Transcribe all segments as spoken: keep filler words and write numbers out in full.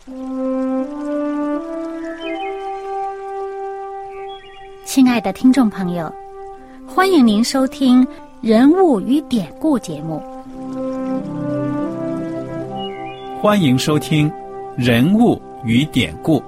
亲爱的听众朋友，欢迎您收听《人物与典故》节目。 欢迎收听《人物与典故》。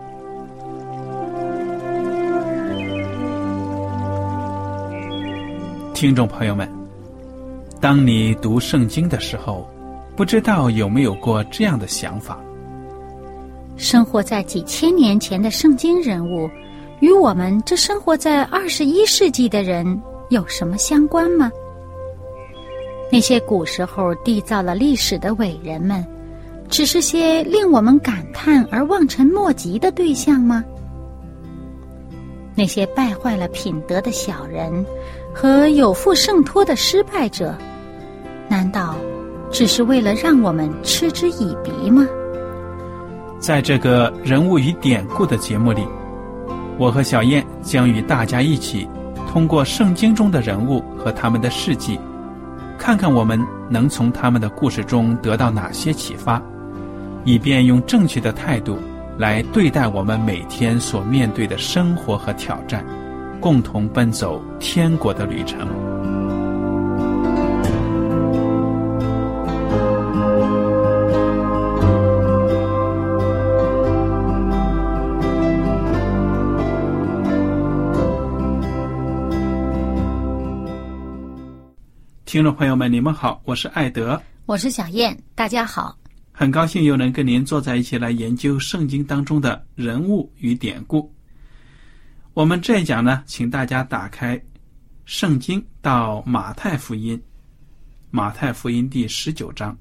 听众朋友们，当你读圣经的时候，不知道有没有过这样的想法？ 生活在几千年前的圣经人物，与我们这生活在二十一世纪的人有什么相关吗？那些古时候缔造了历史的伟人们，只是些令我们感叹而望尘莫及的对象吗？那些败坏了品德的小人和有负圣托的失败者，难道只是为了让我们嗤之以鼻吗？ 在这个人物与典故的节目里，我和小燕将与大家一起通过圣经中的人物和他们的事迹，看看我们能从他们的故事中得到哪些启发，以便用正确的态度来对待我们每天所面对的生活和挑战，共同奔走天国的旅程。听众朋友们，你们好，我是艾德， 我是小燕，大家好。 很高兴又能跟您坐在一起来研究圣经当中的人物与典故。我们这一讲呢，请大家打开圣经到马太福音，马太福音第十九章，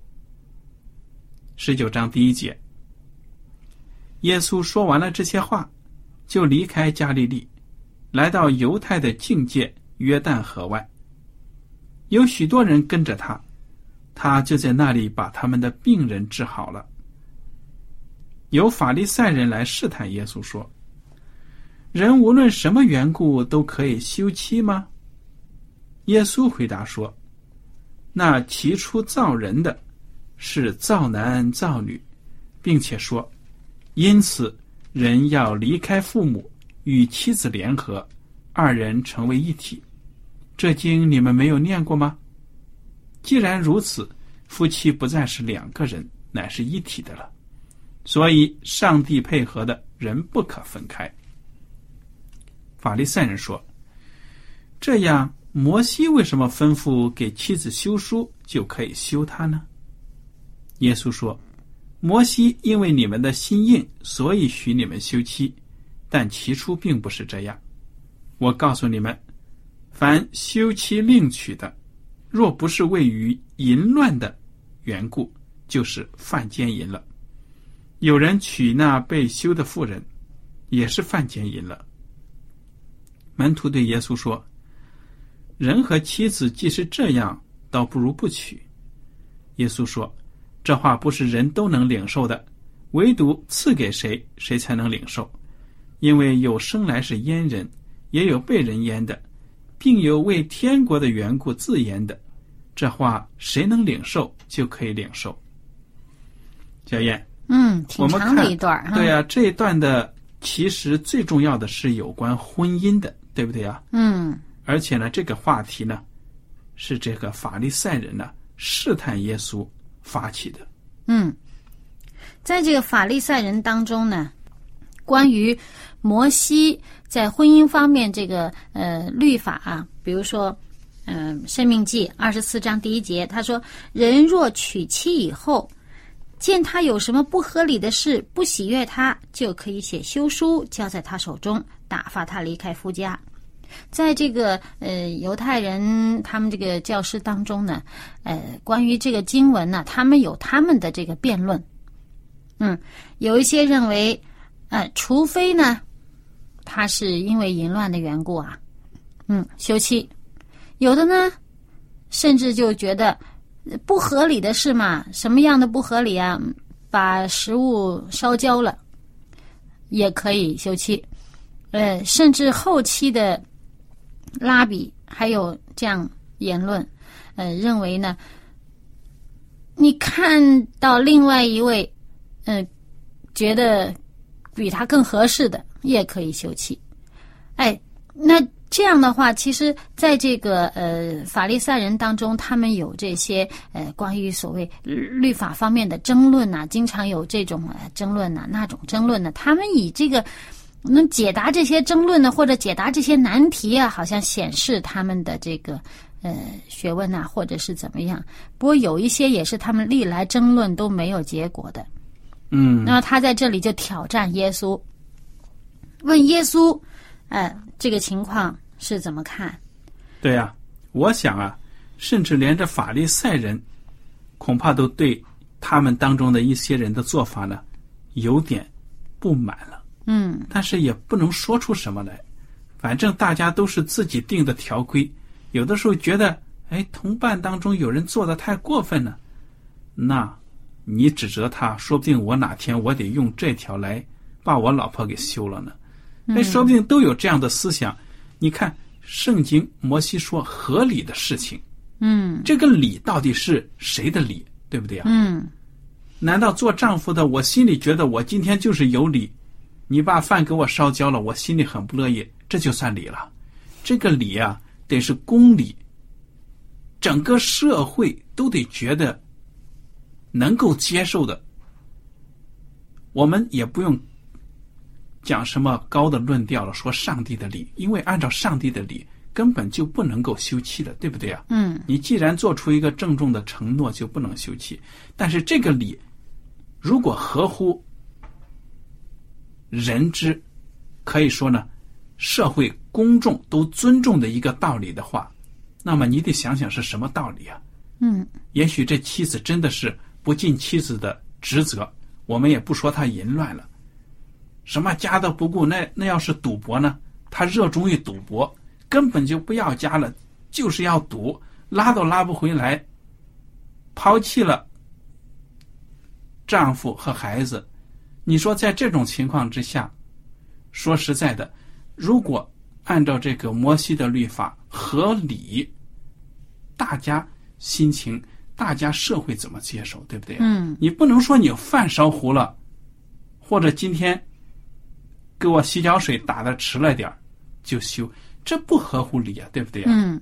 十九章第一节。耶稣说完了这些话，就离开加利利，来到犹太的境界约旦河外。有许多人跟着他，他就在那里把他们的病人治好了。有法利赛人来试探耶稣说，人无论什么缘故都可以休妻吗？耶稣回答说，那起初造人的是造男造女，并且说，因此人要离开父母，与妻子联合，二人成为一体。这经你们没有念过吗？既然如此，夫妻不再是两个人，乃是一体的了。所以上帝配合的人不可分开。法利赛人说，这样摩西为什么吩咐给妻子休书就可以休她呢？耶稣说，摩西因为你们的心硬，所以许你们休妻，但起初并不是这样。我告诉你们，凡休妻另娶的，若不是为于淫乱的缘故，就是犯奸淫了。有人娶那被休的妇人，也是犯奸淫了。门徒对耶稣说，人和妻子既是这样，倒不如不娶。耶稣说，这话不是人都能领受的，唯独赐给谁，谁才能领受。因为有生来是阉人，也有被人阉的，并有为天国的缘故自阉的，这话谁能领受，就可以领受。小燕， 嗯，挺长的一段。 对啊，这一段的其实最重要的是有关婚姻的，对不对啊？ 嗯， 而且呢，这个话题呢，是这个法利赛人呢试探耶稣发起的。 嗯，在这个法利赛人当中呢，关于摩西在婚姻方面这个呃律法啊，比如说嗯、呃，申命记二十四章第一节，他说，人若娶妻以后，见他有什么不合理的事，不喜悦他，就可以写休书交在他手中，打发他离开夫家。在这个呃犹太人他们这个教师当中呢，呃关于这个经文呢，他们有他们的这个辩论。嗯，有一些认为呃除非呢他是因为淫乱的缘故啊，嗯休妻。有的呢甚至就觉得不合理的事嘛，什么样的不合理啊，把食物烧焦了也可以休妻。呃甚至后期的拉比还有这样言论，呃认为呢，你看到另外一位呃觉得比他更合适的也可以休妻。哎，那这样的话，其实在这个呃法利赛人当中，他们有这些呃关于所谓律法方面的争论呐、啊，经常有这种、呃、争论呐、啊，那种争论呢，他们以这个能解答这些争论呢，或者解答这些难题啊，好像显示他们的这个呃学问呐、啊，或者是怎么样。不过有一些也是他们历来争论都没有结果的。 嗯， 那他在这里就挑战耶稣，问耶稣，呃，这个情况是怎么看？ 对呀、啊，我想啊，甚至连这法利赛人，恐怕都对他们当中的一些人的做法呢，有点不满了。 嗯， 但是也不能说出什么来，反正大家都是自己定的条规。有的时候觉得，哎，同伴当中有人做得太过分了，那你指责他，说不定我哪天我得用这条来把我老婆给休了呢。哎，说不定都有这样的思想。你看圣经摩西说合理的事情， 嗯， 这个理到底是谁的理，对不对啊？ 嗯， 难道做丈夫的我心里觉得我今天就是有理，你把饭给我烧焦了，我心里很不乐意，这就算理了？这个理啊，得是公理，整个社会都得觉得能够接受的。我们也不用讲什么高的论调了，说上帝的理，因为按照上帝的理根本就不能够休妻的，对不对啊？ 嗯， 你既然做出一个郑重的承诺，就不能休妻。但是这个理如果合乎人之，可以说呢，社会公众都尊重的一个道理的话，那么你得想想是什么道理啊？ 嗯， 也许这妻子真的是不尽妻子的职责，我们也不说他淫乱了，什么家都不顾，那那要是赌博呢？他热衷于赌博，根本就不要家了，就是要赌，拉都拉不回来，抛弃了丈夫和孩子。你说在这种情况之下，说实在的，如果按照这个摩西的律法合理，大家心情，大家社会怎么接受，对不对？ 嗯， 你不能说你饭烧糊了，或者今天给我洗脚水打的迟了点就休，这不合乎理啊，对不对啊？ 嗯，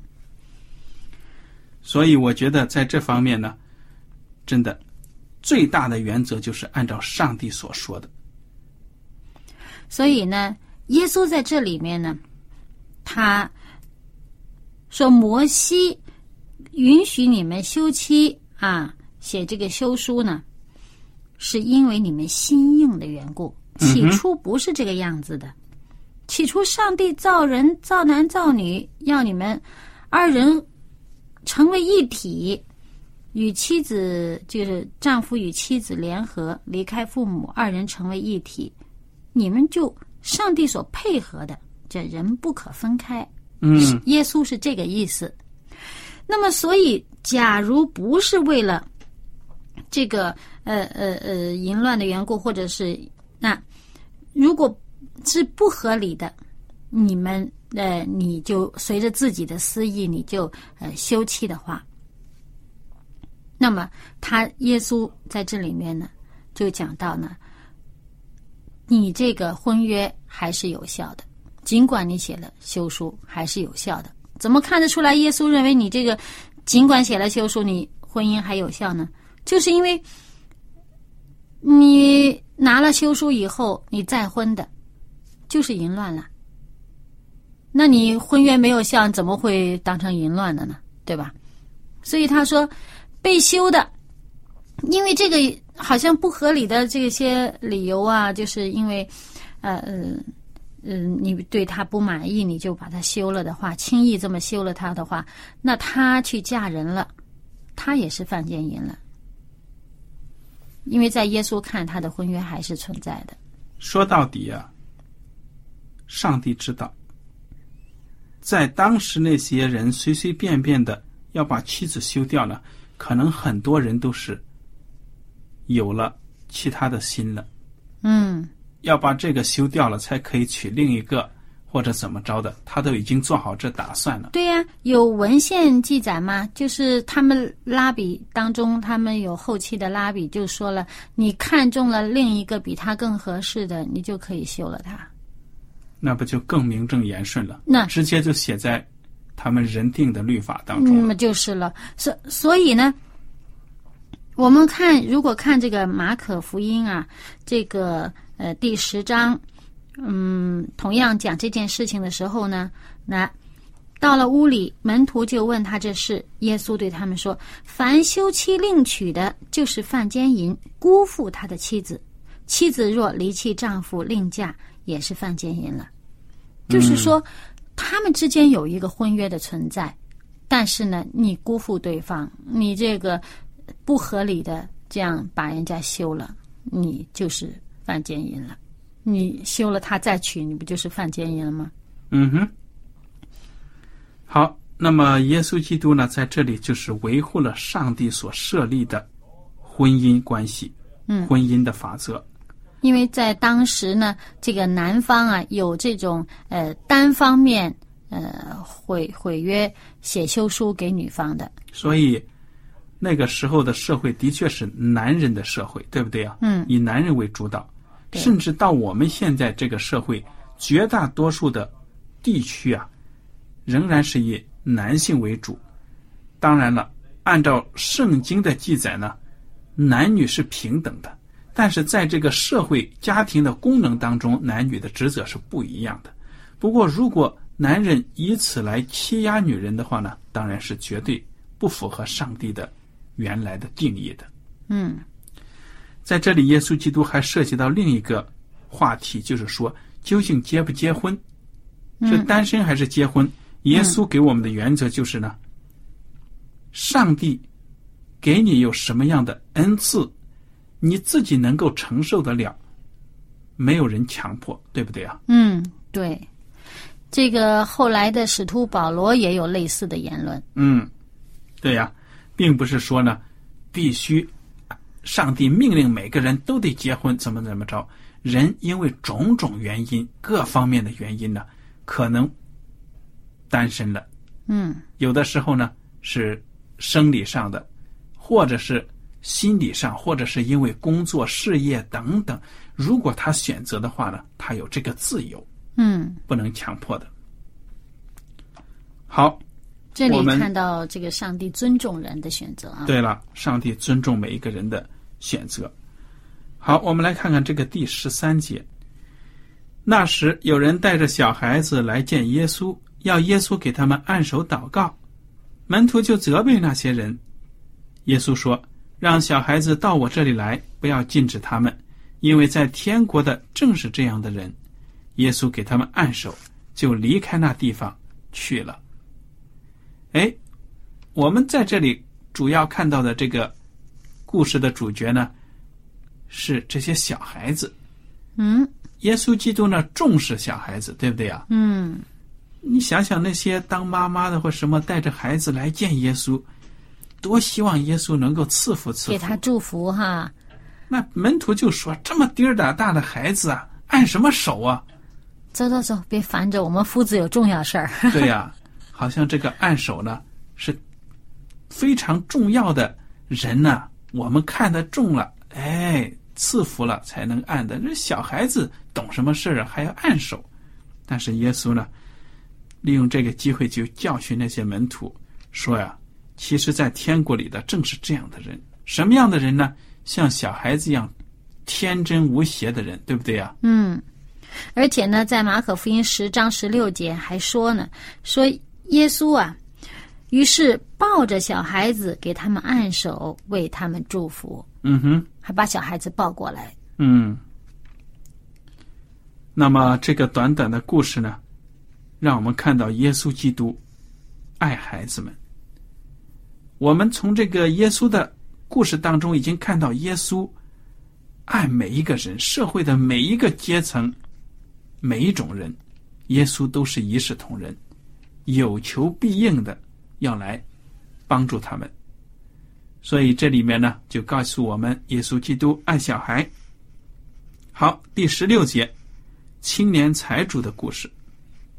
所以我觉得在这方面呢，真的最大的原则就是按照上帝所说的。 所以呢，耶稣在这里面呢，他说摩西允许你们休妻啊，写这个休书呢，是因为你们心硬的缘故。起初不是这个样子的，起初上帝造人造男造女，要你们二人成为一体，与妻子就是丈夫与妻子联合，离开父母，二人成为一体，你们就上帝所配合的，这人不可分开。 嗯， 耶稣是这个意思。那么所以假如不是为了这个呃呃呃淫乱的缘故，或者是那如果是不合理的，你们呃你就随着自己的私意，你就呃休妻的话，那么他耶稣在这里面呢就讲到呢，你这个婚约还是有效的，尽管你写了休书还是有效的。怎么看得出来耶稣认为你这个尽管写了休书你婚姻还有效呢？就是因为你拿了休书以后你再婚的就是淫乱了，那你婚约没有效怎么会当成淫乱的呢？对吧？所以他说被休的，因为这个好像不合理的这些理由啊，就是因为呃呃嗯，你对他不满意，你就把他休了的话，轻易这么休了他的话，那他去嫁人了，他也是犯奸淫了。因为在耶稣看，他的婚约还是存在的。 说到底啊，上帝知道，在当时那些人随随便便的要把妻子休掉了，可能很多人都是有了其他的心了。 嗯， 要把这个休掉了，才可以娶另一个， 或者怎么着的，他都已经做好这打算了。 对呀、啊，有文献记载吗？就是他们拉比当中，他们有后期的拉比就说了，你看中了另一个比他更合适的，你就可以休了他。 那不就更名正言顺了？ 那直接就写在他们人定的律法当中了。 那么、嗯、就是了。所所以呢，我们看如果看这个马可福音啊，这个呃第十章。嗯，同样讲这件事情的时候呢，那到了屋里，门徒就问他这事。耶稣对他们说：“凡休妻另娶的，就是犯奸淫，辜负他的妻子；妻子若离弃丈夫另嫁，也是犯奸淫了。”就是说，他们之间有一个婚约的存在，但是呢，你辜负对方，你这个不合理的这样把人家休了，你就是犯奸淫了。你休了他再娶，你不就是犯奸淫了吗？ 嗯哼。好，那么耶稣基督呢，在这里就是维护了上帝所设立的婚姻关系， 嗯， 婚姻的法则。 因为在当时呢，这个男方啊有这种呃单方面呃毁毁约写休书给女方的， 所以那个时候的社会的确是男人的社会，对不对啊？ 嗯， 以男人为主导。甚至到我们现在这个社会，绝大多数的地区啊，仍然是以男性为主。当然了，按照圣经的记载呢，男女是平等的，但是在这个社会家庭的功能当中，男女的职责是不一样的。不过如果男人以此来欺压女人的话呢，当然是绝对不符合上帝的原来的定义的。 嗯， 在这里耶稣基督还涉及到另一个话题，就是说究竟结不结婚，是单身还是结婚、嗯、耶稣给我们的原则就是呢，上帝给你有什么样的恩赐，你自己能够承受得了，没有人强迫，对不对啊？ 嗯，对。这个后来的使徒保罗也有类似的言论。 嗯，对呀、啊，并不是说呢必须上帝命令每个人都得结婚，怎么怎么着？人因为种种原因，各方面的原因呢，可能单身了。 嗯， 有的时候呢是生理上的，或者是心理上，或者是因为工作、事业等等。如果他选择的话呢，他有这个自由， 嗯， 不能强迫的。好。 这里看到这个上帝尊重人的选择啊。 对了，上帝尊重每一个人的选择。好，我们来看看这个第十三节。那时有人带着小孩子来见耶稣，要耶稣给他们按手祷告。门徒就责备那些人。耶稣说：让小孩子到我这里来，不要禁止他们，因为在天国的正是这样的人。耶稣给他们按手，就离开那地方去了。哎，我们在这里主要看到的这个故事的主角呢，是这些小孩子。 嗯， 耶稣基督呢重视小孩子，对不对啊？ 嗯， 你想想那些当妈妈的或什么带着孩子来见耶稣，多希望耶稣能够赐福赐福， 给他祝福哈。 那门徒就说：这么滴儿打大的孩子啊，按什么手啊？ 走走走，别烦着我们夫子有重要事儿。 对呀、啊。好像这个按手呢是非常重要的人呢、啊，我们看得重了，哎，赐福了才能按的。这小孩子懂什么事啊，还要按手？但是耶稣呢，利用这个机会就教训那些门徒，说呀，其实在天国里的正是这样的人。什么样的人呢？像小孩子一样天真无邪的人，对不对啊？ 嗯，而且呢，在马可福音十章十六节还说呢，说耶稣啊，于是抱着小孩子给他们按手，为他们祝福。 嗯哼， 还把小孩子抱过来。 嗯，那么这个短短的故事呢，让我们看到耶稣基督爱孩子们。我们从这个耶稣的故事当中已经看到耶稣爱每一个人，社会的每一个阶层，每一种人，耶稣都是一视同仁，有求必应的要来帮助他们。所以这里面呢就告诉我们耶稣基督爱小孩。好，第十六节，青年财主的故事。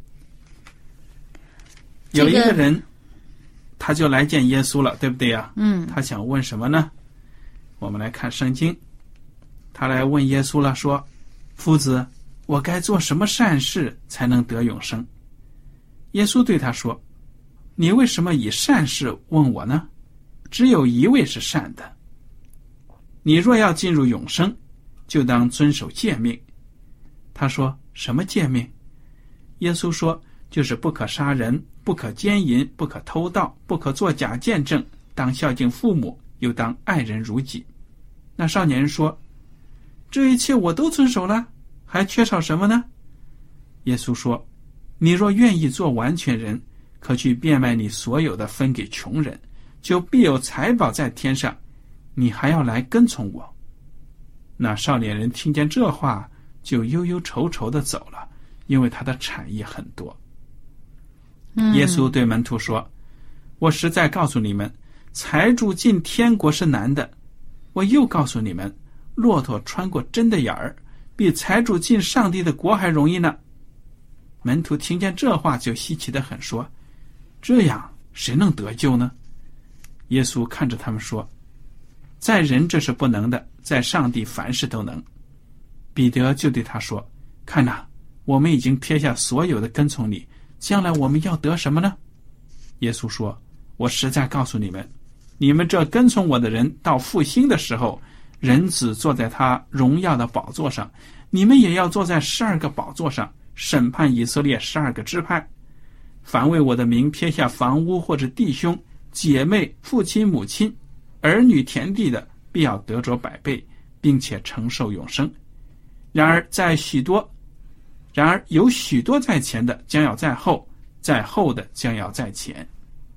有一个人他就来见耶稣了，对不对呀？ 嗯， 他想问什么呢？我们来看圣经，他来问耶稣了，说：夫子，我该做什么善事才能得永生？耶稣对他说：你为什么以善事问我呢？只有一位是善的。你若要进入永生，就当遵守诫命。他说：什么诫命？耶稣说：就是不可杀人，不可奸淫，不可偷盗，不可作假见证，当孝敬父母，又当爱人如己。那少年人说：这一切我都遵守了，还缺少什么呢？耶稣说：你若愿意做完全人，可去变卖你所有的，分给穷人，就必有财宝在天上。你还要来跟从我。那少年人听见这话，就忧忧愁愁地走了，因为他的产业很多。 嗯、 耶稣对门徒说：我实在告诉你们，财主进天国是难的。我又告诉你们，骆驼穿过针的眼儿，比财主进上帝的国还容易呢。门徒听见这话，就稀奇得很，说：这样谁能得救呢？耶稣看着他们说：在人这是不能的，在上帝凡事都能。彼得就对他说：看哪，我们已经撇下所有的跟从你，将来我们要得什么呢？耶稣说：我实在告诉你们，你们这跟从我的人，到复兴的时候，人子坐在他荣耀的宝座上，你们也要坐在十二个宝座上，审判以色列十二个支派。凡为我的名撇下房屋或者弟兄姐妹父亲母亲儿女田地的，必要得着百倍，并且承受永生。然而在许多然而有许多在前的将要在后，在后的将要在前。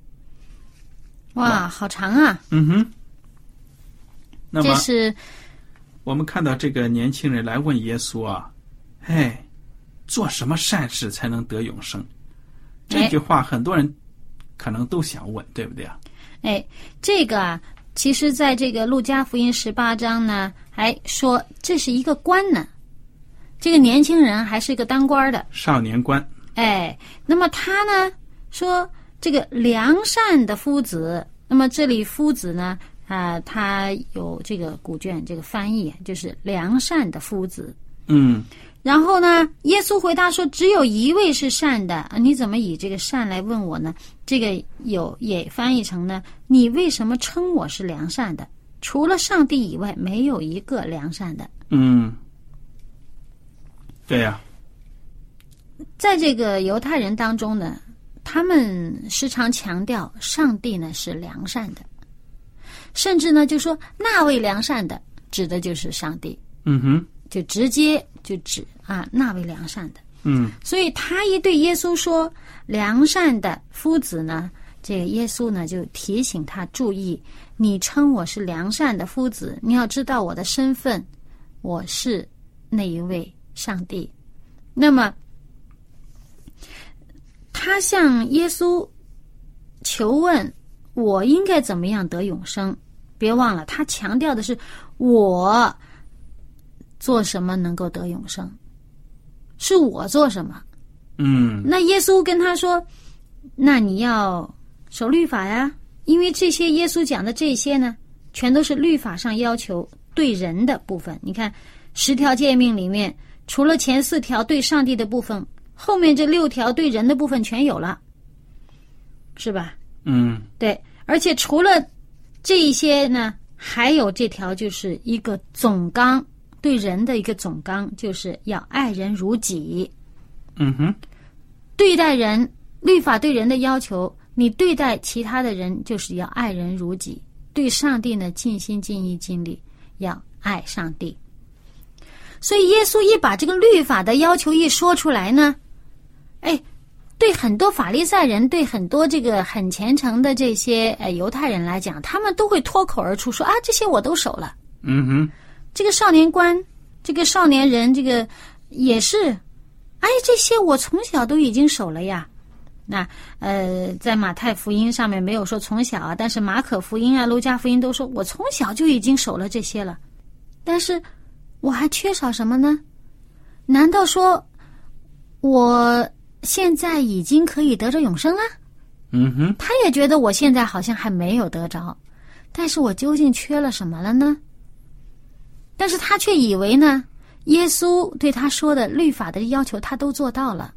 哇，好长啊。 嗯哼。那么这是我们看到这个年轻人来问耶稣啊，嘿，做什么善事才能得永生？这句话很多人可能都想问，对不对啊？ 哎，这个啊，其实在这个路加福音十八章呢，还说这是一个官呢，这个年轻人还是一个当官的少年官。 哎，那么他呢说这个良善的夫子，那么这里夫子呢啊、呃，他有这个古卷这个翻译，就是良善的夫子。 嗯。 然后呢，耶稣回答说：只有一位是善的，你怎么以这个善来问我呢？这个有也翻译成呢，你为什么称我是良善的？除了上帝以外，没有一个良善的。 嗯，对呀、 啊。在这个犹太人当中呢，他们时常强调上帝呢是良善的，甚至呢就说那位良善的指的就是上帝。 嗯哼。 就直接就指啊那位良善的。 嗯， 所以他一对耶稣说良善的夫子呢，这个耶稣呢就提醒他注意，你称我是良善的夫子，你要知道我的身份，我是那一位上帝。那么他向耶稣求问我应该怎么样得永生，别忘了他强调的是我做什么能够得永生，是我做什么。 嗯， 那耶稣跟他说，那你要守律法呀，因为这些耶稣讲的这些呢，全都是律法上要求对人的部分。你看十条诫命里面，除了前四条对上帝的部分，后面这六条对人的部分全有了，是吧？ 嗯， 对。而且除了这一些呢，还有这条就是一个总纲，对人的一个总纲，就是要爱人如己。 嗯哼， 对待人，律法对人的要求，你对待其他的人就是要爱人如己。对上帝呢，尽心尽意尽力要爱上帝。所以耶稣一把这个律法的要求一说出来呢，哎，对很多法利赛人，对很多这个很虔诚的这些呃犹太人来讲，他们都会脱口而出说啊，这些我都守了。 嗯哼， 这个少年官，这个少年人，这个也是，哎，这些我从小都已经守了呀。那呃，在马太福音上面没有说从小啊，但是马可福音啊、路加福音都说我从小就已经守了这些了。但是我还缺少什么呢？难道说我现在已经可以得着永生了？ 嗯哼， 他也觉得我现在好像还没有得着，但是我究竟缺了什么了呢？但是他却以为呢，耶稣对他说的律法的要求他都做到了。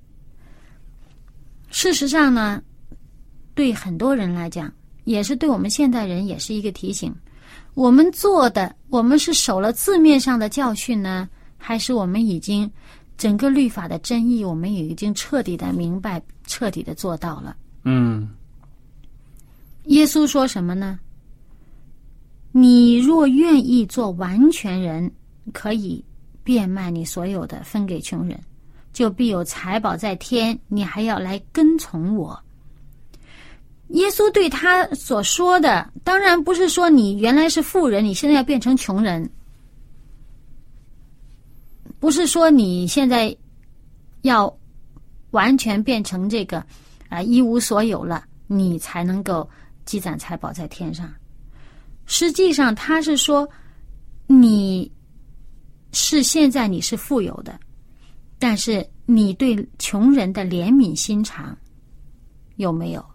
事实上呢，对很多人来讲，也是对我们现代人也是一个提醒，我们做的，我们是守了字面上的教训呢，还是我们已经整个律法的真意我们也已经彻底的明白，彻底的做到了。 嗯， 耶稣说什么呢？你若愿意做完全人，可以变卖你所有的分给穷人，就必有财宝在天，你还要来跟从我。耶稣对他所说的，当然不是说你原来是富人，你现在要变成穷人，不是说你现在要完全变成这个啊、呃、一无所有了，你才能够积攒财宝在天上。实际上他是说，你是现在你是富有的，但是你对穷人的怜悯心肠有没有？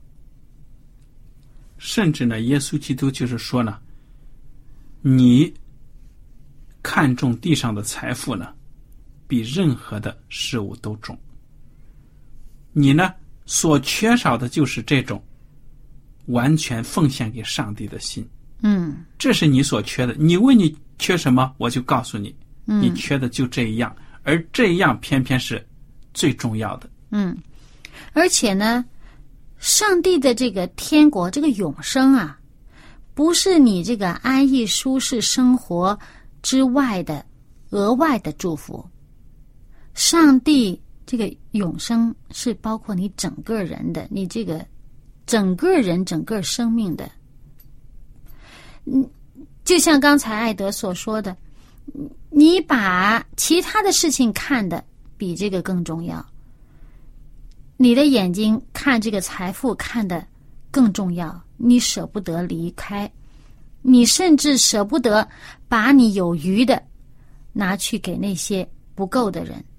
甚至呢，耶稣基督就是说呢，你看重地上的财富呢，比任何的事物都重。你呢，所缺少的就是这种完全奉献给上帝的心。 嗯， 这是你所缺的。你问你缺什么，我就告诉你， 嗯， 你缺的就这一样，而这一样偏偏是最重要的。 嗯，而且呢，上帝的这个天国，这个永生啊，不是你这个安逸舒适生活之外的额外的祝福。上帝这个永生是包括你整个人的，你这个整个人整个生命的。嗯，就像刚才艾德所说的，你把其他的事情看的比这个更重要，你的眼睛看这个财富看的更重要，你舍不得离开，你甚至舍不得把你有余的拿去给那些不够的人。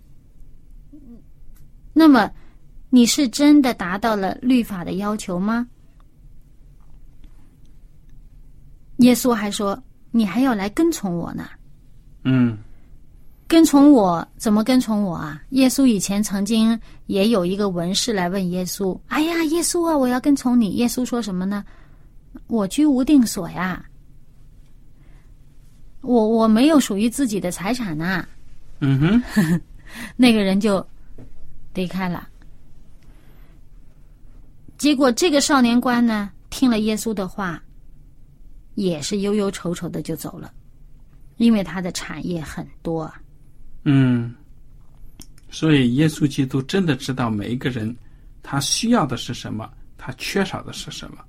那么你是真的达到了律法的要求吗？耶稣还说，你还要来跟从我呢。 嗯， 跟从我，怎么跟从我啊？耶稣以前曾经也有一个文士来问耶稣，哎呀，耶稣啊，我要跟从你。耶稣说什么呢？我居无定所呀，我我没有属于自己的财产呐、啊。 嗯哼， 那个人就离开了。结果这个少年官呢，听了耶稣的话，也是忧忧愁愁的就走了，因为他的产业很多啊。 嗯，所以耶稣基督真的知道每一个人他需要的是什么，他缺少的是什么。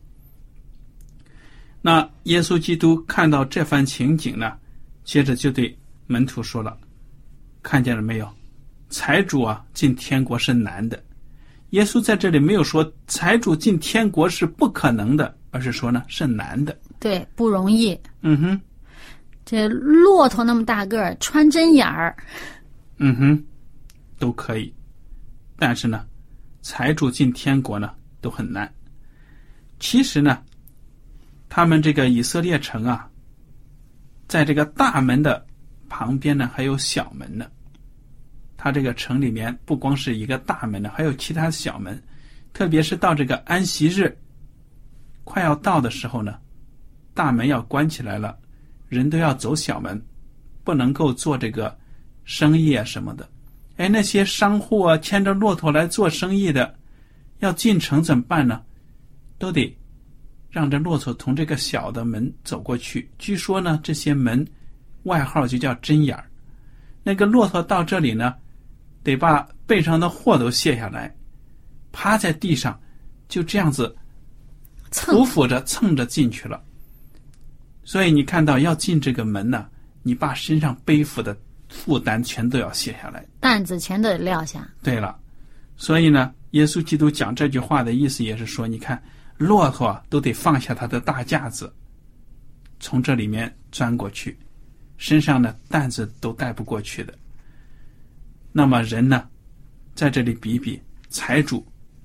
那耶稣基督看到这番情景呢，接着就对门徒说了，看见了没有，财主啊进天国是难的。耶稣在这里没有说财主进天国是不可能的，而是说呢是难的。 对，不容易。 嗯哼， 这骆驼那么大个儿，穿针眼儿， 嗯哼，都可以。但是呢，财主进天国呢都很难。其实呢，他们这个以色列城啊，在这个大门的旁边呢还有小门呢。它这个城里面不光是一个大门呢，还有其他小门。特别是到这个安息日快要到的时候呢，大门要关起来了，人都要走小门，不能够做这个生意啊什么的。哎，那些商户啊，牵着骆驼来做生意的，要进城怎么办呢？都得让这骆驼从这个小的门走过去。据说呢，这些门外号就叫针眼儿。那个骆驼到这里呢，得把背上的货都卸下来，趴在地上，就这样子匍匐着蹭着进去了。所以你看到要进这个门呢，你把身上背负的负担全都要卸下来， 担子全都得撂下。 对了，所以呢，耶稣基督讲这句话的意思也是说，你看骆驼都得放下他的大架子，从这里面钻过去，身上的担子都带不过去的。那么人呢，在这里比比，财主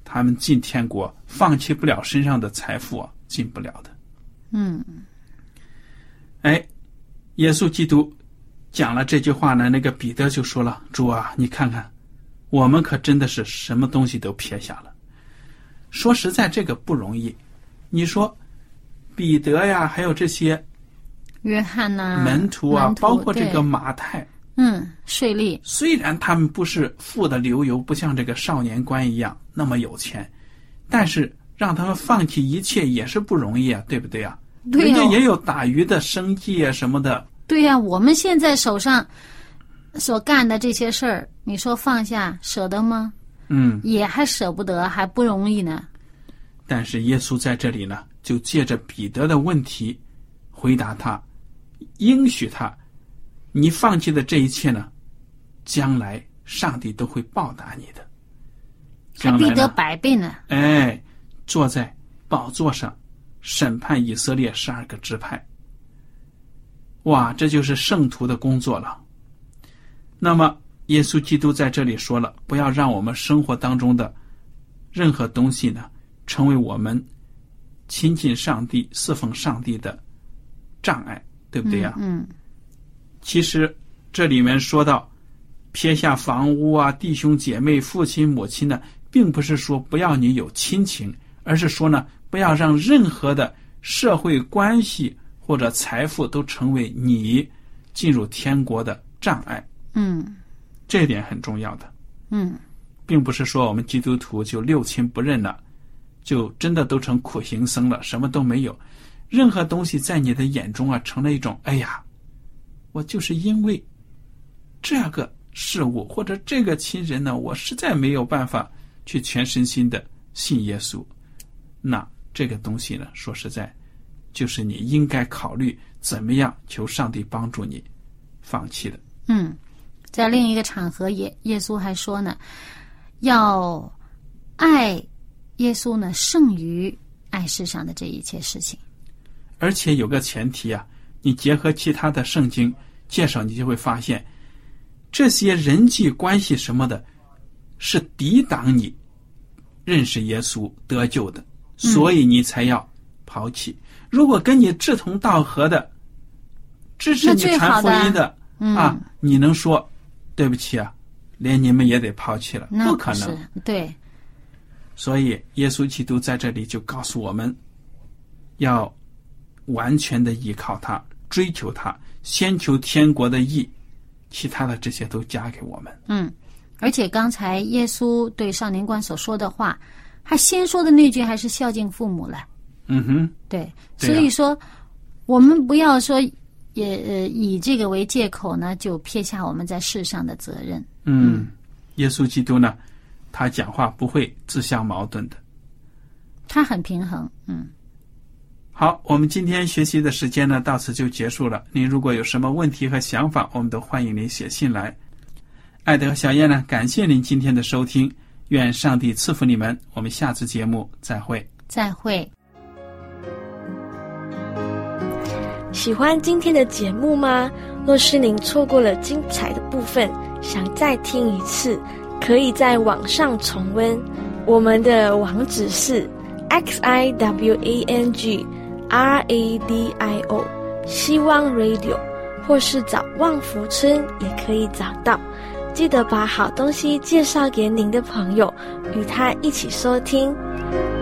他们进天国放弃不了身上的财富啊，进不了的。 嗯， 哎，耶稣基督讲了这句话呢，那个彼得就说了，主啊，你看看我们可真的是什么东西都撇下了。说实在这个不容易，你说彼得呀，还有这些约翰呐、啊、 门徒啊， 门徒包括这个马太， 嗯，税吏， 虽然他们不是富得流油，不像这个少年官一样那么有钱，但是让他们放弃一切也是不容易啊，对不对啊？ 对哦， 人家也有打鱼的生计啊什么的。 对呀、啊，我们现在手上所干的这些事儿，你说放下舍得吗？ 嗯， 也还舍不得，还不容易呢。 但是耶稣在这里呢，就借着彼得的问题回答他，应许他，你放弃的这一切呢，将来上帝都会报答你的， 还必得百倍呢。 哎，坐在宝座上审判以色列十二个支派。哇，这就是圣徒的工作了。那么耶稣基督在这里说了，不要让我们生活当中的任何东西呢，成为我们亲近上帝、侍奉上帝的障碍，对不对呀？ 嗯。嗯， 其实这里面说到撇下房屋啊、弟兄姐妹、父亲母亲呢，并不是说不要你有亲情，而是说呢，不要让任何的社会关系或者财富都成为你进入天国的障碍。 嗯， 这一点很重要的。 嗯， 并不是说我们基督徒就六亲不认了，就真的都成苦行僧了，什么都没有。任何东西在你的眼中啊，成了一种，哎呀，我就是因为这个事物或者这个亲人呢，我实在没有办法去全身心的信耶稣。那这个东西呢，说实在，就是你应该考虑怎么样求上帝帮助你放弃的。 嗯，在另一个场合也耶稣还说呢，要爱耶稣呢胜于爱世上的这一切事情。 而且有个前提啊，你结合其他的圣经介绍，你就会发现这些人际关系什么的是抵挡你认识耶稣得救的，所以你才要抛弃。嗯、如果跟你志同道合的支持你传福音的、 嗯、 啊，你能说对不起啊，连你们也得抛弃了？ 那不可能。 对， 所以耶稣基督在这里就告诉我们，要完全的依靠他，追求他，先求天国的义，其他的这些都加给我们。 嗯，而且刚才耶稣对少年官所说的话，还先说的那句还是孝敬父母了。 嗯哼， 对， 对啊、 所以说我们不要说也呃以这个为借口呢，就撇下我们在世上的责任。 嗯，嗯耶稣基督呢，他讲话不会自相矛盾的， 他很平衡。嗯。 好，我们今天学习的时间呢，到此就结束了。您如果有什么问题和想法，我们都欢迎您写信来。艾德和小燕呢，感谢您今天的收听，愿上帝赐福你们。我们下次节目再会。 再会。 喜欢今天的节目吗？若是您错过了精彩的部分，想再听一次，可以在网上重温。我们的网址是 x i w a n g r a d i o 希望 Radio， 或是找旺福村也可以找到。记得把好东西介绍给您的朋友，与他一起收听。